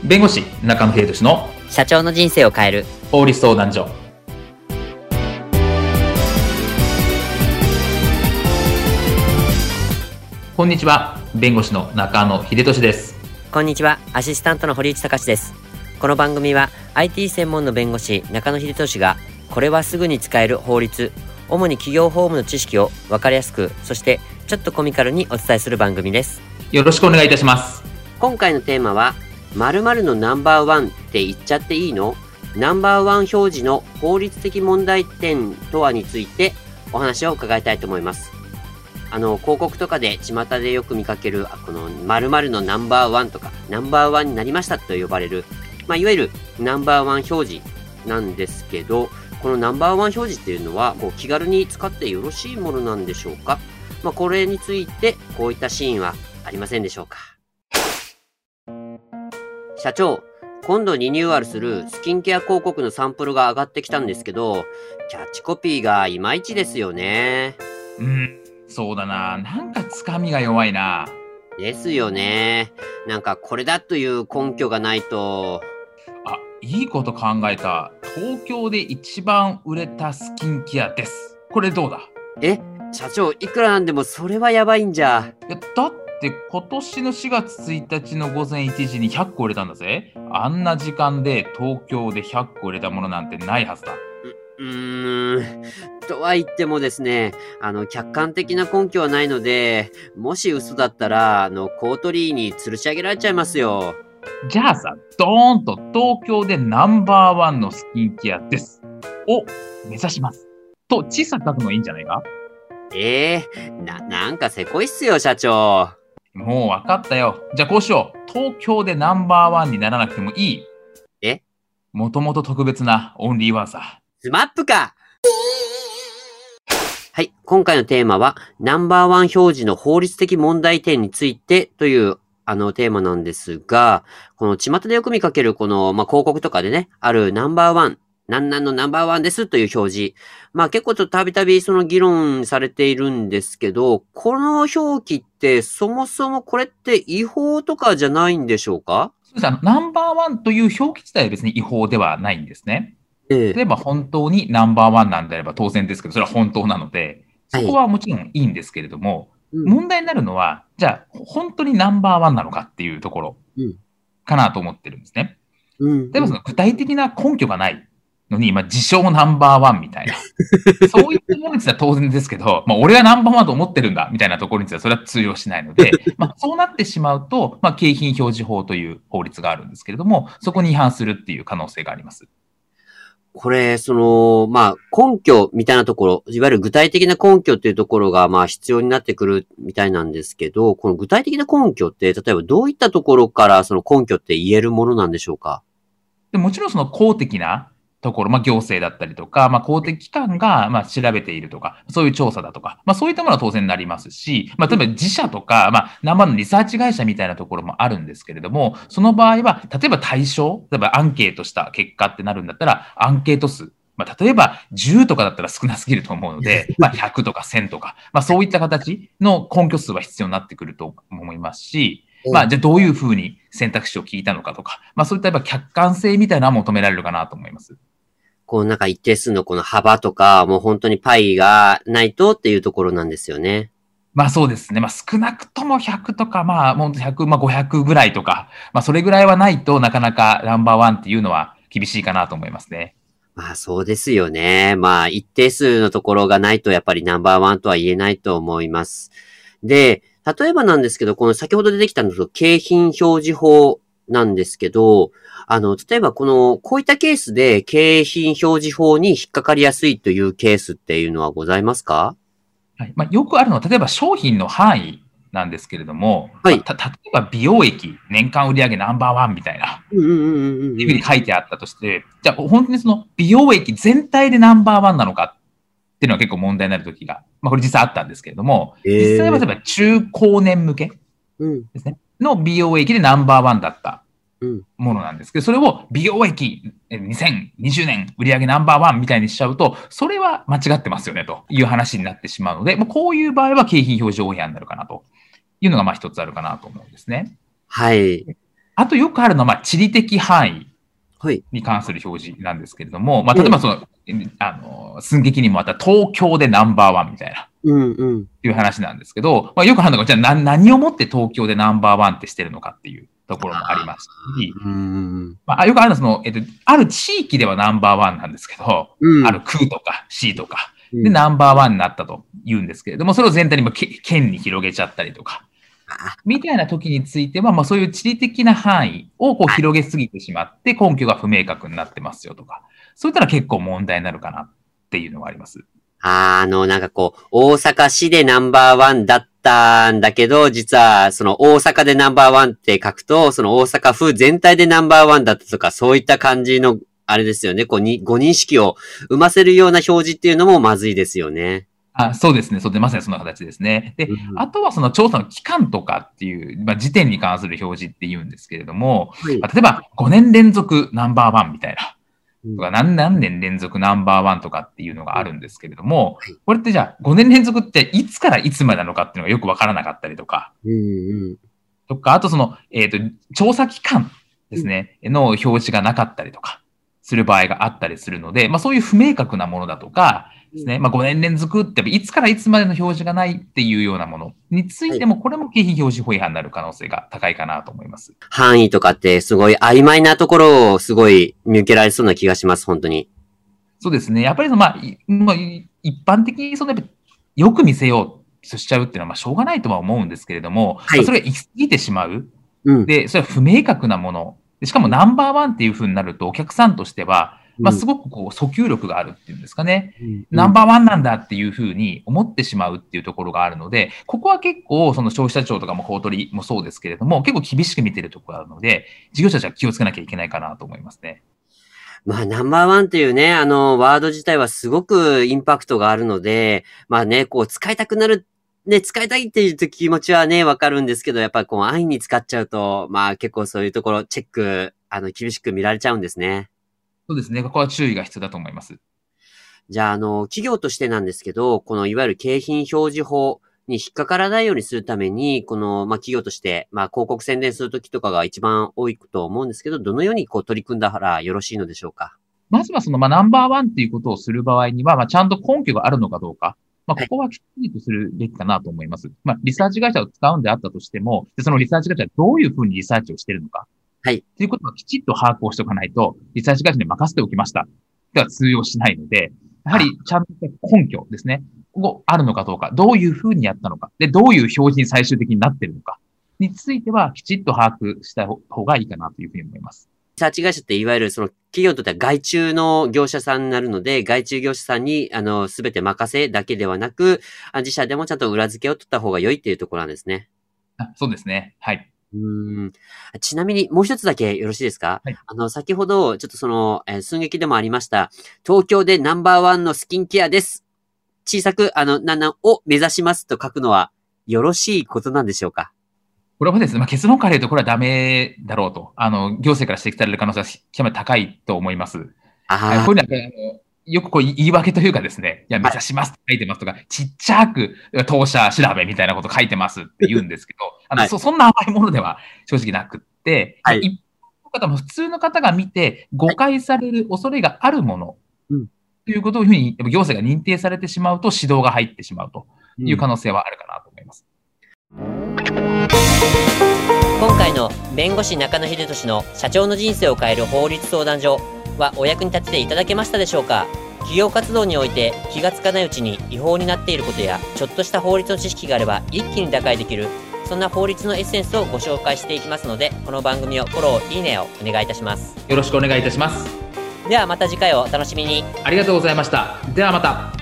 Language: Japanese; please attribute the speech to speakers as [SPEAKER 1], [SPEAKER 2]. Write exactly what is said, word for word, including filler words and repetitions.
[SPEAKER 1] 弁護士中野秀俊の
[SPEAKER 2] 社長の人生を変える
[SPEAKER 1] 法律相談所。こんにちは、弁護士の中野秀俊です。
[SPEAKER 2] こんにちは、アシスタントの堀内隆です。この番組は アイティー 専門の弁護士中野秀俊がこれはすぐに使える法律、主に企業法務の知識を分かりやすく、そしてちょっとコミカルにお伝えする番組です。
[SPEAKER 1] よろしくお願いいたします。
[SPEAKER 2] 今回のテーマは〇〇のナンバーワンって言っちゃっていいの？ナンバーワン表示の法律的問題点とはについてお話を伺いたいと思います。あの広告とかで巷でよく見かけるこの〇〇のナンバーワンとかナンバーワンになりましたと呼ばれる、まあ、いわゆるナンバーワン表示なんですけど、このナンバーワン表示っていうのはこう気軽に使ってよろしいものなんでしょうか？まあ、これについてこういったシーンはありませんでしょうか？社長、今度リニューアルするスキンケア広告のサンプルが上がってきたんですけど、キャッチコピーがいまいちですよね。
[SPEAKER 1] うん、そうだな。なんかつかみが弱いな。
[SPEAKER 2] ですよね。なんかこれだという根拠がないと。
[SPEAKER 1] あ、いいこと考えた。東京で一番売れたスキンケアです。これどうだ？
[SPEAKER 2] え、社長、いくらなんでもそれはやばいんじゃ。
[SPEAKER 1] いや、だって今年のしがつついたちの午前いちじにひゃっこ売れたんだぜ。あんな時間で東京でひゃっこ売れたものなんてないはずだ。
[SPEAKER 2] う、うーん。とは言ってもですね、あの、客観的な根拠はないので、もし嘘だったら、あの、コートリーに吊るし上げられちゃいますよ。
[SPEAKER 1] じゃあさ、ドーンと東京でナンバーワンのスキンケアですを目指します。と小さく書くのいいんじゃないか？
[SPEAKER 2] ええー、な、なんかせこいっすよ、社長。
[SPEAKER 1] もう分かったよ。じゃあこうしよう。東京でナンバーワンにならなくてもいい。
[SPEAKER 2] え？
[SPEAKER 1] もともと特別なオンリーワンさ。
[SPEAKER 2] スマップか。はい。今回のテーマは、ナンバーワン表示の法律的問題点についてという、あの、テーマなんですが、この巷でよく見かける、この、まあ、広告とかでね、あるナンバーワン、なんなんのナンバーワンですという表示。まあ、結構ちょっとたびたびその議論されているんですけど、この表記ってそもそもこれって違法とかじゃないんでしょうか？
[SPEAKER 1] そうです。あの、ナンバーワンという表記自体は別に違法ではないんですね。
[SPEAKER 2] ええ、
[SPEAKER 1] 例えば本当にナンバーワンなんであれば当然ですけど、それは本当なので、そこはもちろんいいんですけれども、
[SPEAKER 2] うん、
[SPEAKER 1] 問題になるのは、じゃあ本当にナンバーワンなのかっていうところかなと思ってるんですね。
[SPEAKER 2] うん、
[SPEAKER 1] 例えばその具体的な根拠がないのに、まあ、自称ナンバーワンみたいな。そういったものについては当然ですけど、まあ、俺はナンバーワンと思ってるんだみたいなところについてはそれは通用しないので、まあ、そうなってしまうと、まあ、景品表示法という法律があるんですけれども、そこに違反するっていう可能性があります。
[SPEAKER 2] これ、その、まあ、根拠みたいなところ、いわゆる具体的な根拠っていうところが、まあ、必要になってくるみたいなんですけど、この具体的な根拠って、例えばどういったところからその根拠って言えるものなんでしょうか？
[SPEAKER 1] でもちろんその公的なところ、まあ、行政だったりとか、まあ、公的機関がまあ調べているとか、そういう調査だとか、まあ、そういったものは当然なりますし、まあ、例えば自社とか、まあ、ナンバーのリサーチ会社みたいなところもあるんですけれども、その場合は、例えば対象、例えばアンケートした結果ってなるんだったら、アンケート数、まあ、例えばじゅうとかだったら少なすぎると思うので、まあ、ひゃくとかせんとか、まあ、そういった形の根拠数は必要になってくると思いますし、まあ、じゃあどういうふうに選択肢を聞いたのかとか、まあ、そういったやっぱ客観性みたいなのは求められるかなと思います。
[SPEAKER 2] こうなんか一定数のこの幅とか、もう本当にパイがないとっていうところなんですよね。
[SPEAKER 1] まあそうですね。まあ少なくともひゃくとか、まあもうひゃく、まあごひゃくぐらいとか、まあそれぐらいはないとなかなかナンバーワンっていうのは厳しいかなと思いますね。
[SPEAKER 2] まあそうですよね。まあ一定数のところがないとやっぱりナンバーワンとは言えないと思います。で、例えばなんですけど、この先ほど出てきたのと景品表示法なんですけど、あの、例えばこの、こういったケースで景品表示法に引っかかりやすいというケースっていうのはございますか？
[SPEAKER 1] はい。まあよくあるのは、例えば商品の範囲なんですけれども、
[SPEAKER 2] はい。
[SPEAKER 1] まあ、た例えば美容液年間売上ナンバーワンみたいな、
[SPEAKER 2] うんうんうんうんうん。
[SPEAKER 1] っていうふうに書いてあったとして、じゃあ本当にその美容液全体でナンバーワンなのかっていうのは結構問題になる時が、まあこれ実際あったんですけれども、
[SPEAKER 2] えー、
[SPEAKER 1] 実際は例えば中高年向けですね、うん、の美容液でナンバーワンだったものなんですけど、それを美容液にせんにじゅうねん売上ナンバーワンみたいにしちゃうと、それは間違ってますよねという話になってしまうので、まあ、こういう場合は景品表示法違反になるかなというのがまあ一つあるかなと思うんですね。
[SPEAKER 2] はい。
[SPEAKER 1] あとよくあるのは、まあ、地理的範囲
[SPEAKER 2] はい。
[SPEAKER 1] に関する表示なんですけれども、まあ、例えばその、あの、寸劇にもあった東京でナンバーワンみたいな、
[SPEAKER 2] うんうん。
[SPEAKER 1] いう話なんですけど、まあ、よくあるのが、じゃあ何何をもって東京でナンバーワンってしてるのかっていうところもありますし、
[SPEAKER 2] うん。
[SPEAKER 1] まあ、よくあるのはその、えっと、ある地域ではナンバーワンなんですけど、
[SPEAKER 2] うん。
[SPEAKER 1] ある区とか市とか、
[SPEAKER 2] うん
[SPEAKER 1] で、ナンバーワンになったと言うんですけれども、それを全体にもけ県に広げちゃったりとか、
[SPEAKER 2] あ
[SPEAKER 1] みたいな時については、まあそういう地理的な範囲をこう広げすぎてしまって根拠が不明確になってますよとか、そういったら結構問題になるかなっていうのがあります。
[SPEAKER 2] あの、なんかこう、大阪市でナンバーワンだったんだけど、実は、その大阪でナンバーワンって書くと、その大阪府全体でナンバーワンだったとか、そういった感じの、あれですよね、こうに、ご認識を生ませるような表示っていうのもまずいですよね。
[SPEAKER 1] あ、そうですね。そうで、まさにその形ですね。で、
[SPEAKER 2] うん、
[SPEAKER 1] あとはその調査の期間とかっていう、まあ、時点に関する表示って言うんですけれども、
[SPEAKER 2] はい。
[SPEAKER 1] まあ、例えばごねん連続ナンバーワンみたいな、
[SPEAKER 2] うん、
[SPEAKER 1] とか何何年連続ナンバーワンとかっていうのがあるんですけれども、
[SPEAKER 2] はい。
[SPEAKER 1] これってじゃあごねん連続っていつからいつまでなのかっていうのがよくわからなかったりとか、
[SPEAKER 2] うんうん。
[SPEAKER 1] とか、あとその、えっと、調査期間ですね、の表示がなかったりとか、する場合があったりするので、まあそういう不明確なものだとかですね、まあごねん連続っていつからいつまでの表示がないっていうようなものについても、これも景品表示法違反になる可能性が高いかなと思います。
[SPEAKER 2] 範囲とかってすごい曖昧なところをすごい見受けられそうな気がします、本当に。
[SPEAKER 1] そうですね。やっぱりその、まあ、まあ、一般的にそのやっぱよく見せようとしちゃうっていうのはまあしょうがないとは思うんですけれども、
[SPEAKER 2] はい。
[SPEAKER 1] まあ、それが行き過ぎてしまう。
[SPEAKER 2] うん。
[SPEAKER 1] で、それは不明確なもの。しかもナンバーワンっていう風になると、お客さんとしては、まあ、
[SPEAKER 2] うん。
[SPEAKER 1] すごくこう訴求力があるっていうんですかね。
[SPEAKER 2] うん。うん。
[SPEAKER 1] ナンバーワンなんだっていう風に思ってしまうっていうところがあるので、ここは結構、その消費者庁とかも公取もそうですけれども、結構厳しく見てるところがあるので、事業者たちは気をつけなきゃいけないかなと思いますね。
[SPEAKER 2] まあ、ナンバーワンっていうね、あの、ワード自体はすごくインパクトがあるので、まあね、こう、使いたくなる、ね、使いたいっていう気持ちはね、わかるんですけど、やっぱりこう、安易に使っちゃうと、まあ結構そういうところ、チェック、あの、厳しく見られちゃうんですね。
[SPEAKER 1] そうですね。ここは注意が必要だと思います。
[SPEAKER 2] じゃあ、あの、企業としてなんですけど、このいわゆる景品表示法に引っかからないようにするために、この、まあ、企業として、まあ、広告宣伝するときとかが一番多いと思うんですけど、どのようにこう取り組んだらよろしいのでしょうか？
[SPEAKER 1] まずはその、まあ、ナンバーワンっていうことをする場合には、まあ、ちゃんと根拠があるのかどうか。まあ、
[SPEAKER 2] はい。
[SPEAKER 1] ここはきっちりとするべきかなと思います。まあ、リサーチ会社を使うんであったとしても、でそのリサーチ会社はどういうふうにリサーチをしているのか。
[SPEAKER 2] はい。
[SPEAKER 1] ということはきちっと把握をしておかないと、リサーチ会社に任せておきました。では通用しないので、やは
[SPEAKER 2] あ、
[SPEAKER 1] りちゃんと根拠ですね。ここあるのかどうか。どういうふうにやったのか。で、どういう表示に最終的になっているのか。についてはきちっと把握した方がいいかなというふうに思います。
[SPEAKER 2] リサーチ会社っていわゆるその企業にとっては外注の業者さんになるので、外注業者さんにあの、すべて任せだけではなく、あ自社でもちゃんと裏付けを取った方が良いっていうところなんですね。
[SPEAKER 1] あ、そうですね。はい。
[SPEAKER 2] うーん。ちなみにもう一つだけよろしいですか？
[SPEAKER 1] はい。
[SPEAKER 2] あの、先ほど、ちょっとその、えー寸劇でもありました、東京でナンバーワンのスキンケアです。小さく、あの、なんなんを目指しますと書くのはよろしいことなんでしょうか？
[SPEAKER 1] これはですね、まあ、結論から言うとこれはダメだろうと。あの、行政から指摘される可能性は極めて高いと思います。はい、
[SPEAKER 2] あ
[SPEAKER 1] こういうのは、あのよくこう言い訳というかですね、いや、
[SPEAKER 2] あ、はい、
[SPEAKER 1] 目指しますって書いてますとか、ちっちゃく当社調べみたいなこと書いてますって言うんですけど、あの、
[SPEAKER 2] はい、
[SPEAKER 1] そ、そんな甘いものでは正直なくって、まあ、
[SPEAKER 2] はい、
[SPEAKER 1] 一般の方も普通の方が見て誤解される恐れがあるもの
[SPEAKER 2] うん、
[SPEAKER 1] ということをいうふうに行政が認定されてしまうと指導が入ってしまうという可能性はあるかなと思います。
[SPEAKER 2] 今回の弁護士中野秀俊の社長の人生を変える法律相談所はお役に立てていただけましたでしょうか？企業活動において気がつかないうちに違法になっていることやちょっとした法律の知識があれば一気に打開できる、そんな法律のエッセンスをご紹介していきますので、この番組をフォロー、いいねをお願いいたします。
[SPEAKER 1] よろしくお願いいたします。
[SPEAKER 2] ではまた次回をお楽しみに。
[SPEAKER 1] ありがとうございました。ではまた。